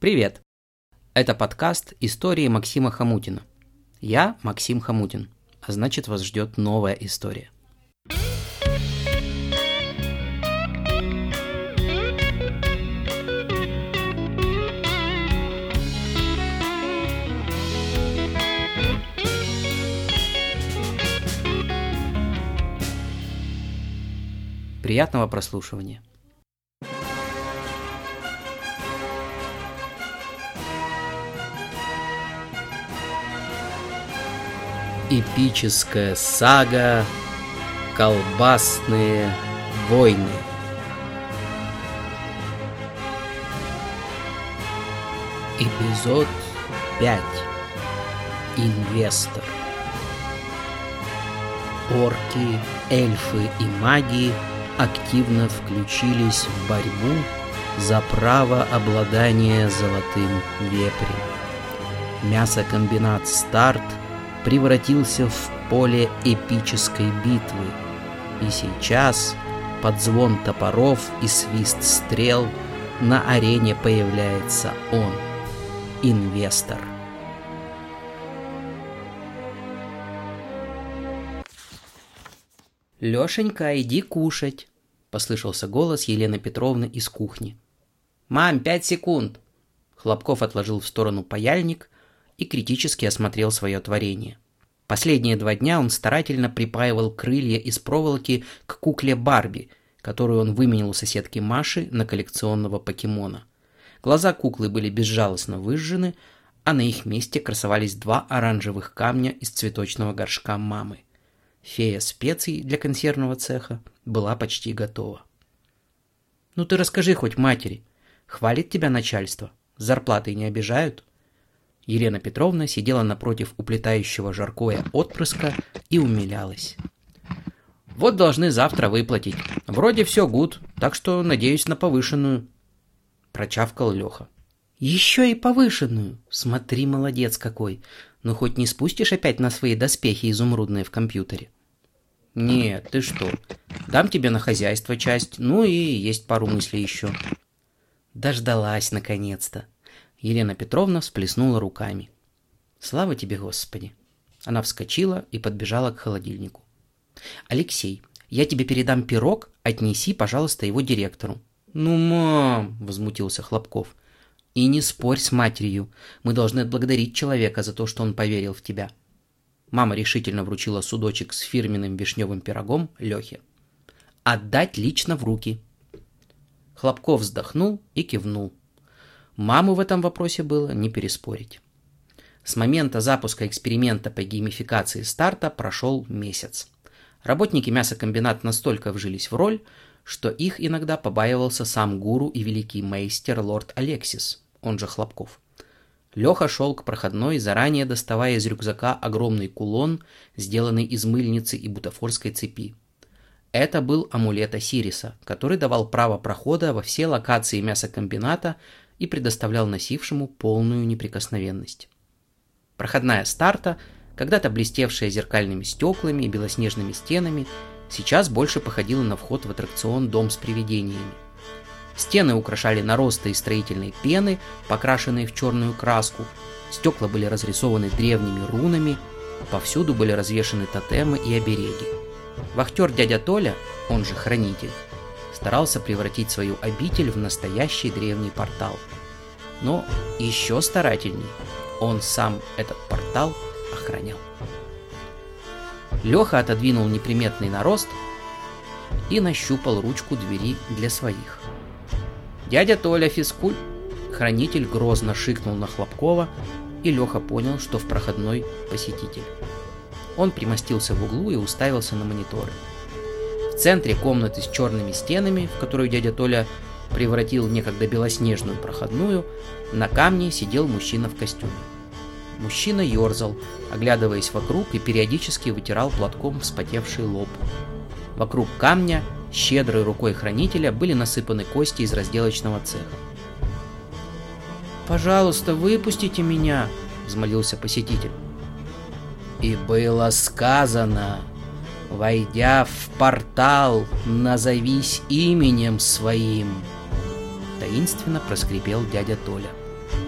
Привет! Это подкаст «Истории Максима Хомутина». Я Максим Хомутин, а значит, вас ждет новая история. Приятного прослушивания. Эпическая сага «Колбасные войны». Эпизод 5. Инвестор. Орки, эльфы и маги активно включились в борьбу за право обладания золотым вепрем. Мясокомбинат «Старт» превратился в поле эпической битвы, и сейчас, под звон топоров и свист стрел, на арене появляется он, инвестор. «Лешенька, иди кушать», — послышался голос Елены Петровны из кухни. «Мам, 5 секунд!» Хлопков отложил в сторону паяльник и критически осмотрел свое творение. Последние 2 дня он старательно припаивал крылья из проволоки к кукле Барби, которую он выменил у соседки Маши на коллекционного покемона. Глаза куклы были безжалостно выжжены, а на их месте красовались 2 оранжевых камня из цветочного горшка мамы. Фея специй для консервного цеха была почти готова. «Ну ты расскажи хоть матери, хвалит тебя начальство, с зарплатой не обижают?» Елена Петровна сидела напротив уплетающего жаркое отпрыска и умилялась. «Вот должны завтра выплатить. Вроде все гуд, так что надеюсь на повышенную», — прочавкал Леха. «Еще и повышенную? Смотри, молодец какой. Ну хоть не спустишь опять на свои доспехи изумрудные в компьютере?» «Нет, ты что? Дам тебе на хозяйство часть, ну и есть пару мыслей еще». Дождалась наконец-то. Елена Петровна всплеснула руками. «Слава тебе, Господи!» Она вскочила и подбежала к холодильнику. «Алексей, я тебе передам пирог, отнеси, пожалуйста, его директору». «Ну, мам!» — возмутился Хлопков. «И не спорь с матерью. Мы должны отблагодарить человека за то, что он поверил в тебя». Мама решительно вручила судочек с фирменным вишневым пирогом Лехе. «Отдать лично в руки». Хлопков вздохнул и кивнул. Маму в этом вопросе было не переспорить. С момента запуска эксперимента по геймификации «Старта» прошел месяц. Работники мясокомбината настолько вжились в роль, что их иногда побаивался сам гуру и великий мейстер лорд Алексис, он же Хлопков. Леха шел к проходной, заранее доставая из рюкзака огромный кулон, сделанный из мыльницы и бутафорской цепи. Это был амулет Осириса, который давал право прохода во все локации мясокомбината и предоставлял носившему полную неприкосновенность. Проходная «Старта», когда-то блестевшая зеркальными стеклами и белоснежными стенами, сейчас больше походила на вход в аттракцион «Дом с привидениями». Стены украшали наросты из строительной пены, покрашенные в черную краску, стекла были разрисованы древними рунами, повсюду были развешаны тотемы и обереги. Вахтер дядя Толя, он же Хранитель, старался превратить свою обитель в настоящий древний портал. Но еще старательней, он сам этот портал охранял. Леха отодвинул неприметный нарост и нащупал ручку двери для своих. «Дядя Толя, физкуль!» Хранитель грозно шикнул на Хлопкова, и Леха понял, что в проходной посетитель. Он примостился в углу и уставился на мониторы. В центре комнаты с черными стенами, в которую дядя Толя превратил некогда белоснежную проходную, на камне сидел мужчина в костюме. Мужчина ерзал, оглядываясь вокруг, и периодически вытирал платком вспотевший лоб. Вокруг камня щедрой рукой хранителя были насыпаны кости из разделочного цеха. «Пожалуйста, выпустите меня!» — взмолился посетитель. «И было сказано: войдя в портал, назовись именем своим!» Таинственно проскрипел дядя Толя.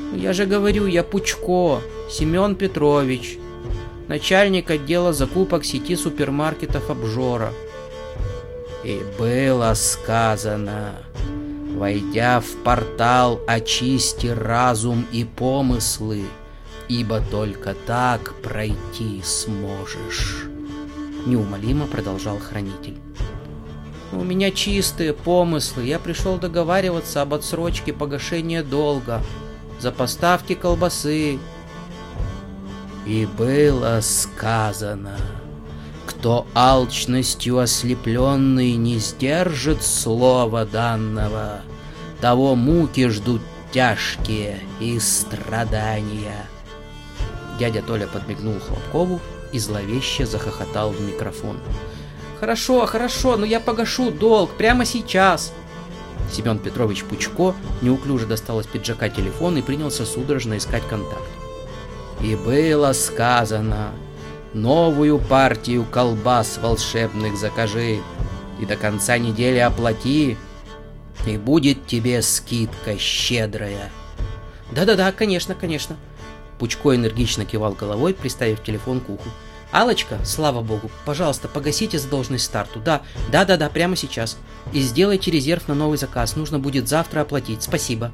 Я же говорю, я Пучко, Семен Петрович, начальник отдела закупок сети супермаркетов «Обжора». И было сказано: войдя в портал, очисти разум и помыслы, ибо только так пройти сможешь. Неумолимо продолжал хранитель. У меня чистые помыслы. Я пришел договариваться об отсрочке погашения долга за поставки колбасы. И было сказано: кто алчностью ослепленный не сдержит слова данного, того муки ждут тяжкие и страдания. Дядя Толя подмигнул Хлопкову и зловеще захохотал в микрофон. Хорошо, но я погашу долг прямо сейчас. Семен Петрович Пучко неуклюже достал из пиджака телефон и принялся судорожно искать контакт. И было сказано: новую партию колбас волшебных закажи и до конца недели оплати, и будет тебе скидка щедрая. Да, конечно. Пучко энергично кивал головой, приставив телефон к уху. Аллочка, слава богу, пожалуйста, погасите задолженность старту. Да, прямо сейчас. И сделайте резерв на новый заказ. Нужно будет завтра оплатить. Спасибо.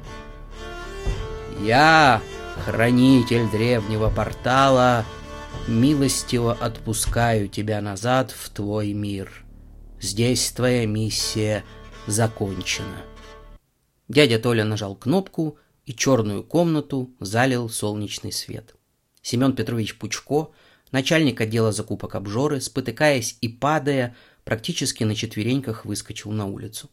Я, хранитель древнего портала, милостиво отпускаю тебя назад в твой мир. Здесь твоя миссия закончена. Дядя Толя нажал кнопку, и черную комнату залил солнечный свет. Семен Петрович Пучко, начальник отдела закупок «Обжоры», спотыкаясь и падая, практически на четвереньках выскочил на улицу.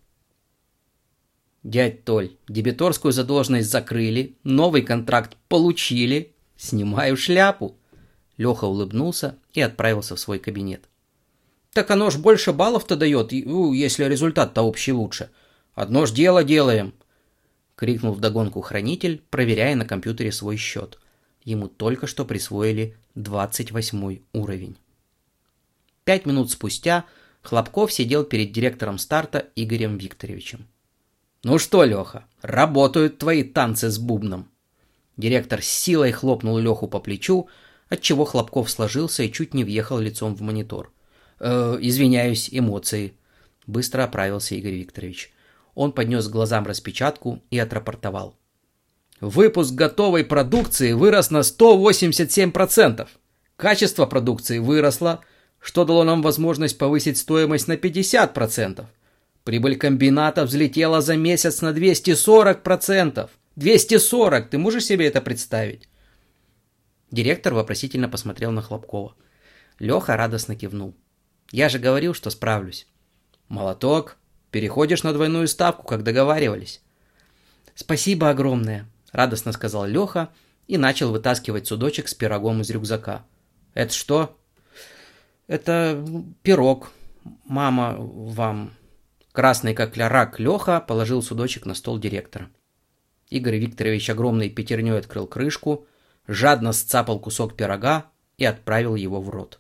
«Дядь Толь, дебиторскую задолженность закрыли, новый контракт получили, снимаю шляпу!» Леха улыбнулся и отправился в свой кабинет. «Так оно ж больше баллов-то дает, если результат-то общий лучше. Одно ж дело делаем!» Крикнул вдогонку хранитель, проверяя на компьютере свой счет. Ему только что присвоили 28 уровень. 5 минут спустя Хлопков сидел перед директором старта Игорем Викторовичем. «Ну что, Леха, работают твои танцы с бубном!» Директор с силой хлопнул Леху по плечу, отчего Хлопков сложился и чуть не въехал лицом в монитор. «Извиняюсь, эмоции», — быстро оправился Игорь Викторович. Он поднес к глазам распечатку и отрапортовал. Выпуск готовой продукции вырос на 187%. Качество продукции выросло, что дало нам возможность повысить стоимость на 50%. Прибыль комбината взлетела за месяц на 240%. 240! Ты можешь себе это представить? Директор вопросительно посмотрел на Хлопкова. Леха радостно кивнул. Я же говорил, что справлюсь. Молоток. Переходишь на двойную ставку, как договаривались. Спасибо огромное, радостно сказал Леха и начал вытаскивать судочек с пирогом из рюкзака. Это что? Это пирог. Мама вам. Красный как рак Леха положил судочек на стол директора. Игорь Викторович огромной пятерней открыл крышку, жадно сцапал кусок пирога и отправил его в рот.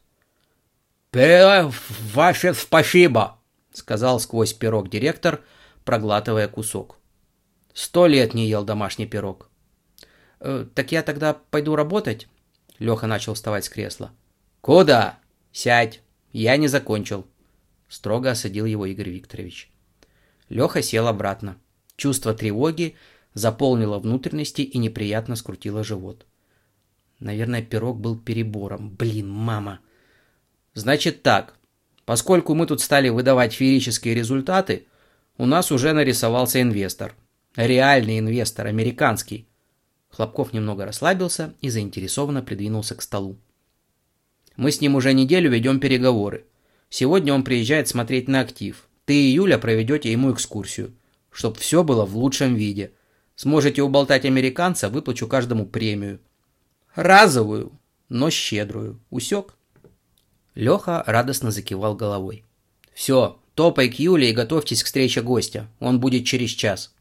«Ваше спасибо!» — сказал сквозь пирог директор, проглатывая кусок. 100 лет не ел домашний пирог. Так я тогда пойду работать? Леха начал вставать с кресла. Куда? Сядь, я не закончил. Строго осадил его Игорь Викторович. Леха сел обратно. Чувство тревоги заполнило внутренности и неприятно скрутило живот. Наверное, пирог был перебором. Блин, мама. Значит так. Поскольку мы тут стали выдавать феерические результаты, у нас уже нарисовался инвестор. Реальный инвестор, американский. Хлопков немного расслабился и заинтересованно придвинулся к столу. Мы с ним уже неделю ведем переговоры. Сегодня он приезжает смотреть на актив. Ты и Юля проведете ему экскурсию, чтоб все было в лучшем виде. Сможете уболтать американца, выплачу каждому премию. Разовую, но щедрую. Усек? Леха радостно закивал головой. Все, топай к Юле и готовьтесь к встрече гостя. Он будет через час.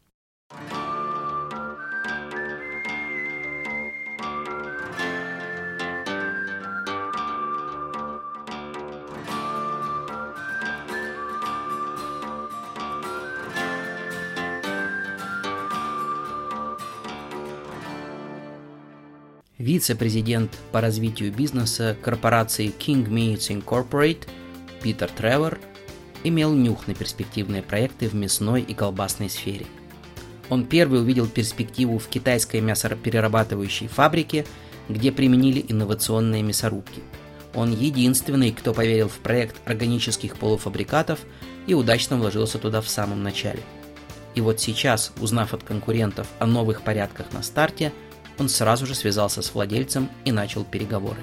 Вице-президент по развитию бизнеса корпорации King Meats Incorporated Питер Тревор имел нюх на перспективные проекты в мясной и колбасной сфере. Он первый увидел перспективу в китайской мясоперерабатывающей фабрике, где применили инновационные мясорубки. Он единственный, кто поверил в проект органических полуфабрикатов и удачно вложился туда в самом начале. И вот сейчас, узнав от конкурентов о новых порядках на старте, он сразу же связался с владельцем и начал переговоры.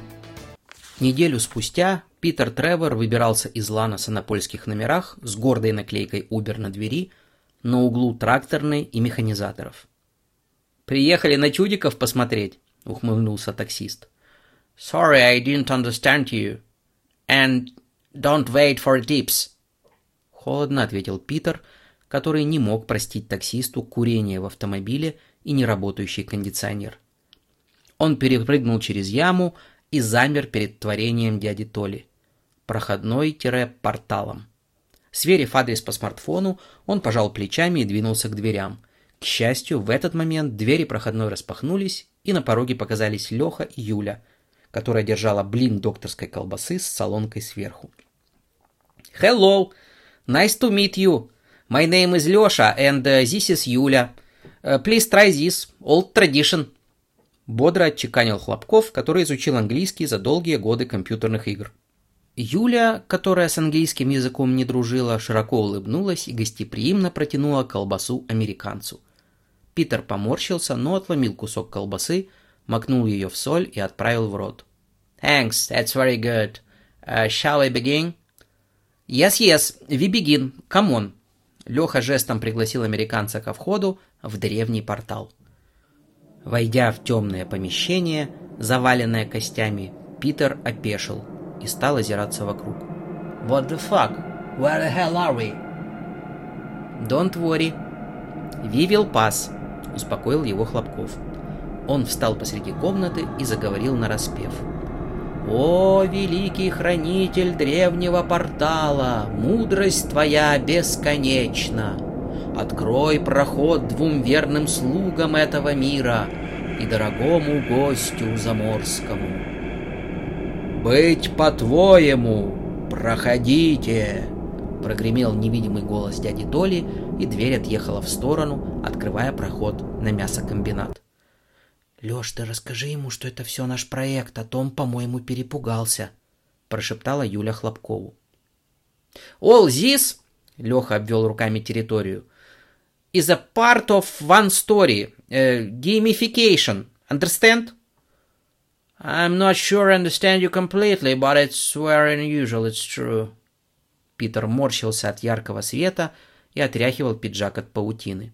Неделю спустя Питер Тревор выбирался из Ланоса на польских номерах с гордой наклейкой Uber на двери на углу тракторной и механизаторов. «Приехали на чудиков посмотреть?» — ухмыльнулся таксист. «Sorry, I didn't understand you. And don't wait for tips». Холодно ответил Питер, который не мог простить таксисту курение в автомобиле и неработающий кондиционер. Он перепрыгнул через яму и замер перед творением дяди Толи. Проходной-порталом. Сверив адрес по смартфону, он пожал плечами и двинулся к дверям. К счастью, в этот момент двери проходной распахнулись, и на пороге показались Леха и Юля, которая держала блин докторской колбасы с солонкой сверху. «Hello! Nice to meet you! My name is Леша, and this is Юля. Please try this, old tradition!» Бодро отчеканил Хлопков, который изучил английский за долгие годы компьютерных игр. Юля, которая с английским языком не дружила, широко улыбнулась и гостеприимно протянула колбасу американцу. Питер поморщился, но отломил кусок колбасы, макнул ее в соль и отправил в рот. «Thanks, that's very good. Shall we begin?» «Yes, we begin. Come on». Леха жестом пригласил американца ко входу в древний портал. Войдя в темное помещение, заваленное костями, Питер опешил и стал озираться вокруг. «What the fuck? Where the hell are we?» «Don't worry. We will pass», — успокоил его Хлопков. Он встал посреди комнаты и заговорил нараспев. «О, великий хранитель древнего портала, мудрость твоя бесконечна! Открой проход двум верным слугам этого мира и дорогому гостю заморскому». «Быть по-твоему, проходите!» — прогремел невидимый голос дяди Толи, и дверь отъехала в сторону, открывая проход на мясокомбинат. «Леш, ты расскажи ему, что это все наш проект, а то он, по-моему, перепугался», — прошептала Юля Хлопкову. «All this», — Леха обвел руками территорию, — «is a part of one story, gamification, understand?» «I'm not sure I understand you completely, but it's very unusual, it's true». Питер морщился от яркого света и отряхивал пиджак от паутины.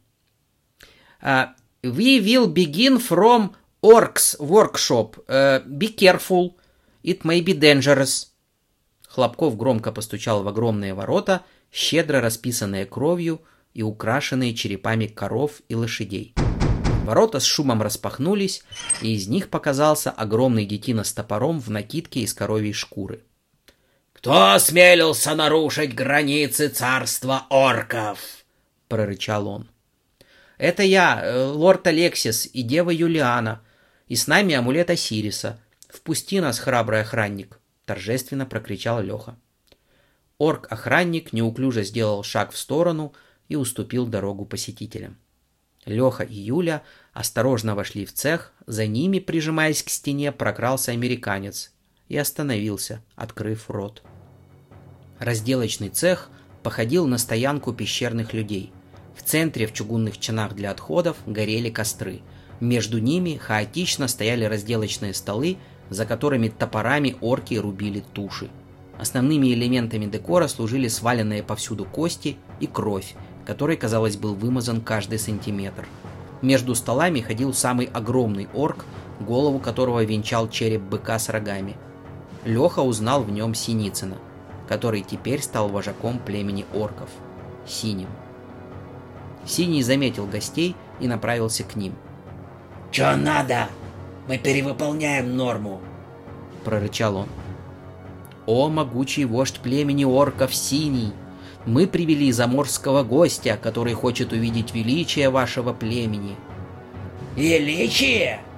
«We will begin from Orc's workshop. Be careful. It may be dangerous». Хлопков громко постучал в огромные ворота, щедро расписанные кровью и украшенные черепами коров и лошадей. Ворота с шумом распахнулись, и из них показался огромный детина с топором в накидке из коровьей шкуры. «Кто осмелился нарушить границы царства орков?» — прорычал он. «Это я, лорд Алексис и дева Юлиана, и с нами амулет Осириса. Впусти нас, храбрый охранник!» — торжественно прокричал Леха. Орк-охранник неуклюже сделал шаг в сторону и уступил дорогу посетителям. Леха и Юля осторожно вошли в цех, за ними, прижимаясь к стене, прокрался американец и остановился, открыв рот. Разделочный цех походил на стоянку пещерных людей. В центре в чугунных чанах для отходов горели костры. Между ними хаотично стояли разделочные столы, за которыми топорами орки рубили туши. Основными элементами декора служили сваленные повсюду кости и кровь, которой, казалось, был вымазан каждый сантиметр. Между столами ходил самый огромный орк, голову которого венчал череп быка с рогами. Леха узнал в нем Синицына, который теперь стал вожаком племени орков – Синим. Синий заметил гостей и направился к ним. «Чё надо? Мы перевыполняем норму!» – прорычал он. «О, могучий вождь племени орков Синий! Мы привели заморского гостя, который хочет увидеть величие вашего племени». «Величие?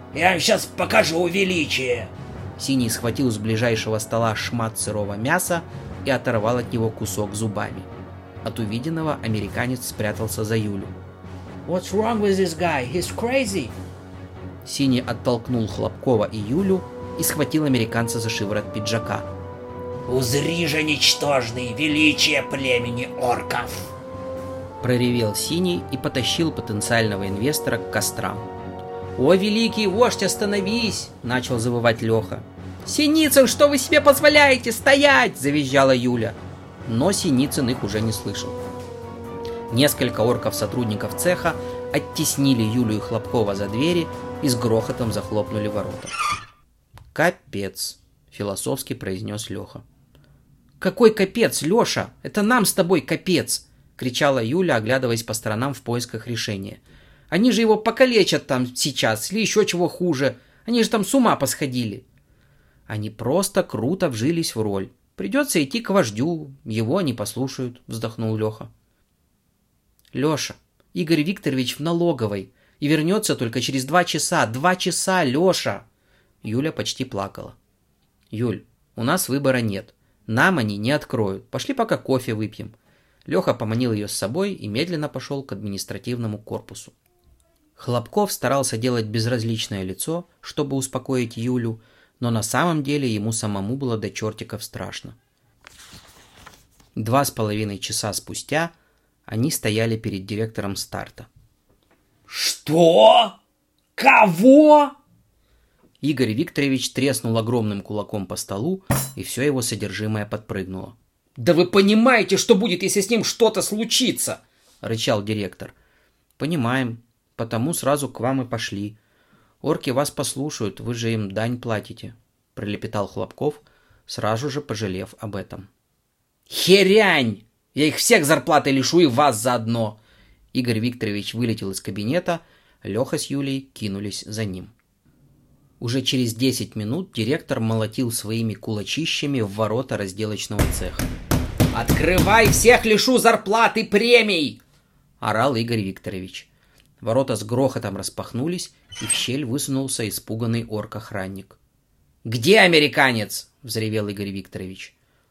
Я вам сейчас покажу величие. Синий схватил с ближайшего стола шмат сырого мяса и оторвал от него кусок зубами. От увиденного американец спрятался за Юлю. What's wrong with this guy? He's crazy. Синий оттолкнул Хлопкова и Юлю и схватил американца за шиворот пиджака. Узри же, ничтожный, величие племени орков. Проревел Синий и потащил потенциального инвестора к кострам. «О, великий вождь, остановись!» — начал завывать Леха. «Синицын, что вы себе позволяете? Стоять!» — завизжала Юля. Но Синицын их уже не слышал. Несколько орков-сотрудников цеха оттеснили Юлю и Хлопкова за двери и с грохотом захлопнули ворота. «Капец!» — философски произнес Леха. «Какой капец, Леша? Это нам с тобой капец!» — кричала Юля, оглядываясь по сторонам в поисках решения. «Они же его покалечат там сейчас, или еще чего хуже. Они же там с ума посходили». «Они просто круто вжились в роль. Придется идти к вождю, его они послушают», — вздохнул Леха. «Леша, Игорь Викторович в налоговой и вернется только через 2 часа. 2 часа, Леша!» Юля почти плакала. «Юль, у нас выбора нет. Нам они не откроют. Пошли пока кофе выпьем». Леха поманил ее с собой и медленно пошел к административному корпусу. Хлопков старался делать безразличное лицо, чтобы успокоить Юлю, но на самом деле ему самому было до чертиков страшно. 2,5 часа спустя они стояли перед директором старта. Что? Кого? Игорь Викторович треснул огромным кулаком по столу, и все его содержимое подпрыгнуло. «Да вы понимаете, что будет, если с ним что-то случится?» — рычал директор. «Понимаем, потому сразу к вам и пошли. Орки вас послушают, вы же им дань платите», — пролепетал Хлопков, сразу же пожалев об этом. «Херянь! Я их всех зарплаты лишу и вас заодно!» Игорь Викторович вылетел из кабинета, Леха с Юлей кинулись за ним. Уже через 10 минут директор молотил своими кулачищами в ворота разделочного цеха. «Открывай, всех лишу зарплаты, премий!» — орал Игорь Викторович. Ворота с грохотом распахнулись, и в щель высунулся испуганный орк-охранник. «Где американец?» — взревел Игорь Викторович.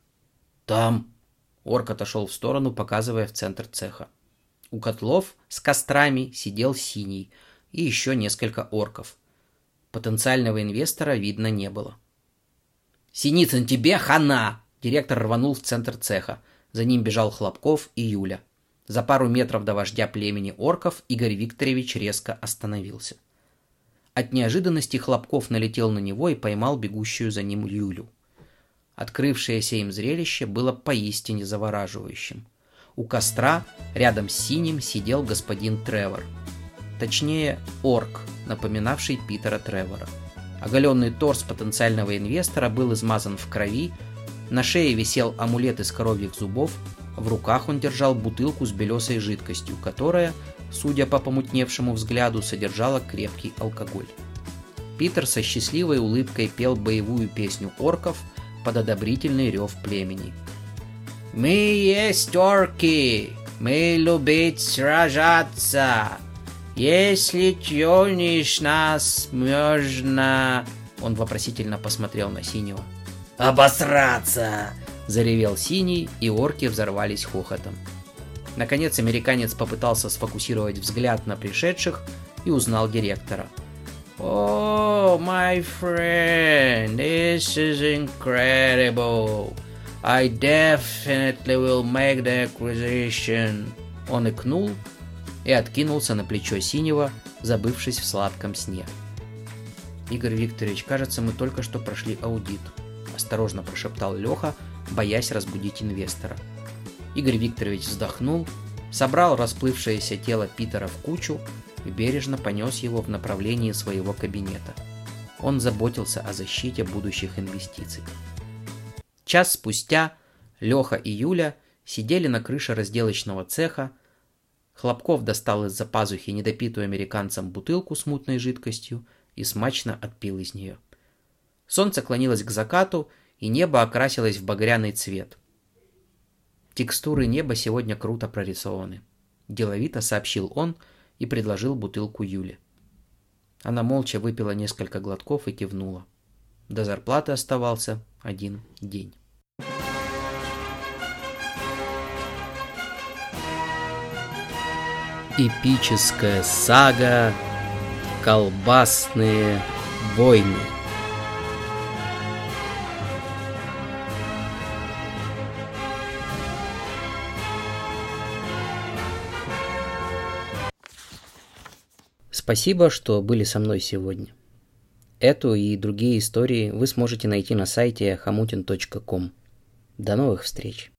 «Там!» — орк отошел в сторону, показывая в центр цеха. У котлов с кострами сидел Синий и еще несколько орков. Потенциального инвестора видно не было. «Синицын, тебе хана!» Директор рванул в центр цеха. За ним бежал Хлопков и Юля. За пару метров до вождя племени орков Игорь Викторович резко остановился. От неожиданности Хлопков налетел на него и поймал бегущую за ним Юлю. Открывшееся им зрелище было поистине завораживающим. У костра рядом с Синим сидел господин Тревор. Точнее, орк, напоминавший Питера Тревора. Оголенный торс потенциального инвестора был измазан в крови, на шее висел амулет из коровьих зубов, в руках он держал бутылку с белесой жидкостью, которая, судя по помутневшему взгляду, содержала крепкий алкоголь. Питер со счастливой улыбкой пел боевую песню орков под одобрительный рев племени. «Мы есть орки, мы любить сражаться. Если тронешь нас, можно...» Он вопросительно посмотрел на Синего. «Обосраться!» — заревел Синий, и орки взорвались хохотом. Наконец американец попытался сфокусировать взгляд на пришедших и узнал директора. «Oh, my friend, this is incredible. I definitely will make the acquisition». Он икнул и откинулся на плечо Синего, забывшись в сладком сне. «Игорь Викторович, кажется, мы только что прошли аудит», — осторожно прошептал Леха, боясь разбудить инвестора. Игорь Викторович вздохнул, собрал расплывшееся тело Питера в кучу и бережно понес его в направлении своего кабинета. Он заботился о защите будущих инвестиций. Час спустя Леха и Юля сидели на крыше разделочного цеха. Хлопков достал из-за пазухи недопитую американцем бутылку с мутной жидкостью и смачно отпил из нее. Солнце клонилось к закату, и небо окрасилось в багряный цвет. «Текстуры неба сегодня круто прорисованы», — деловито сообщил он и предложил бутылку Юле. Она молча выпила несколько глотков и кивнула. До зарплаты оставался 1 день. Эпическая сага «Колбасные войны». Спасибо, что были со мной сегодня. Эту и другие истории вы сможете найти на сайте hamutin.com. До новых встреч!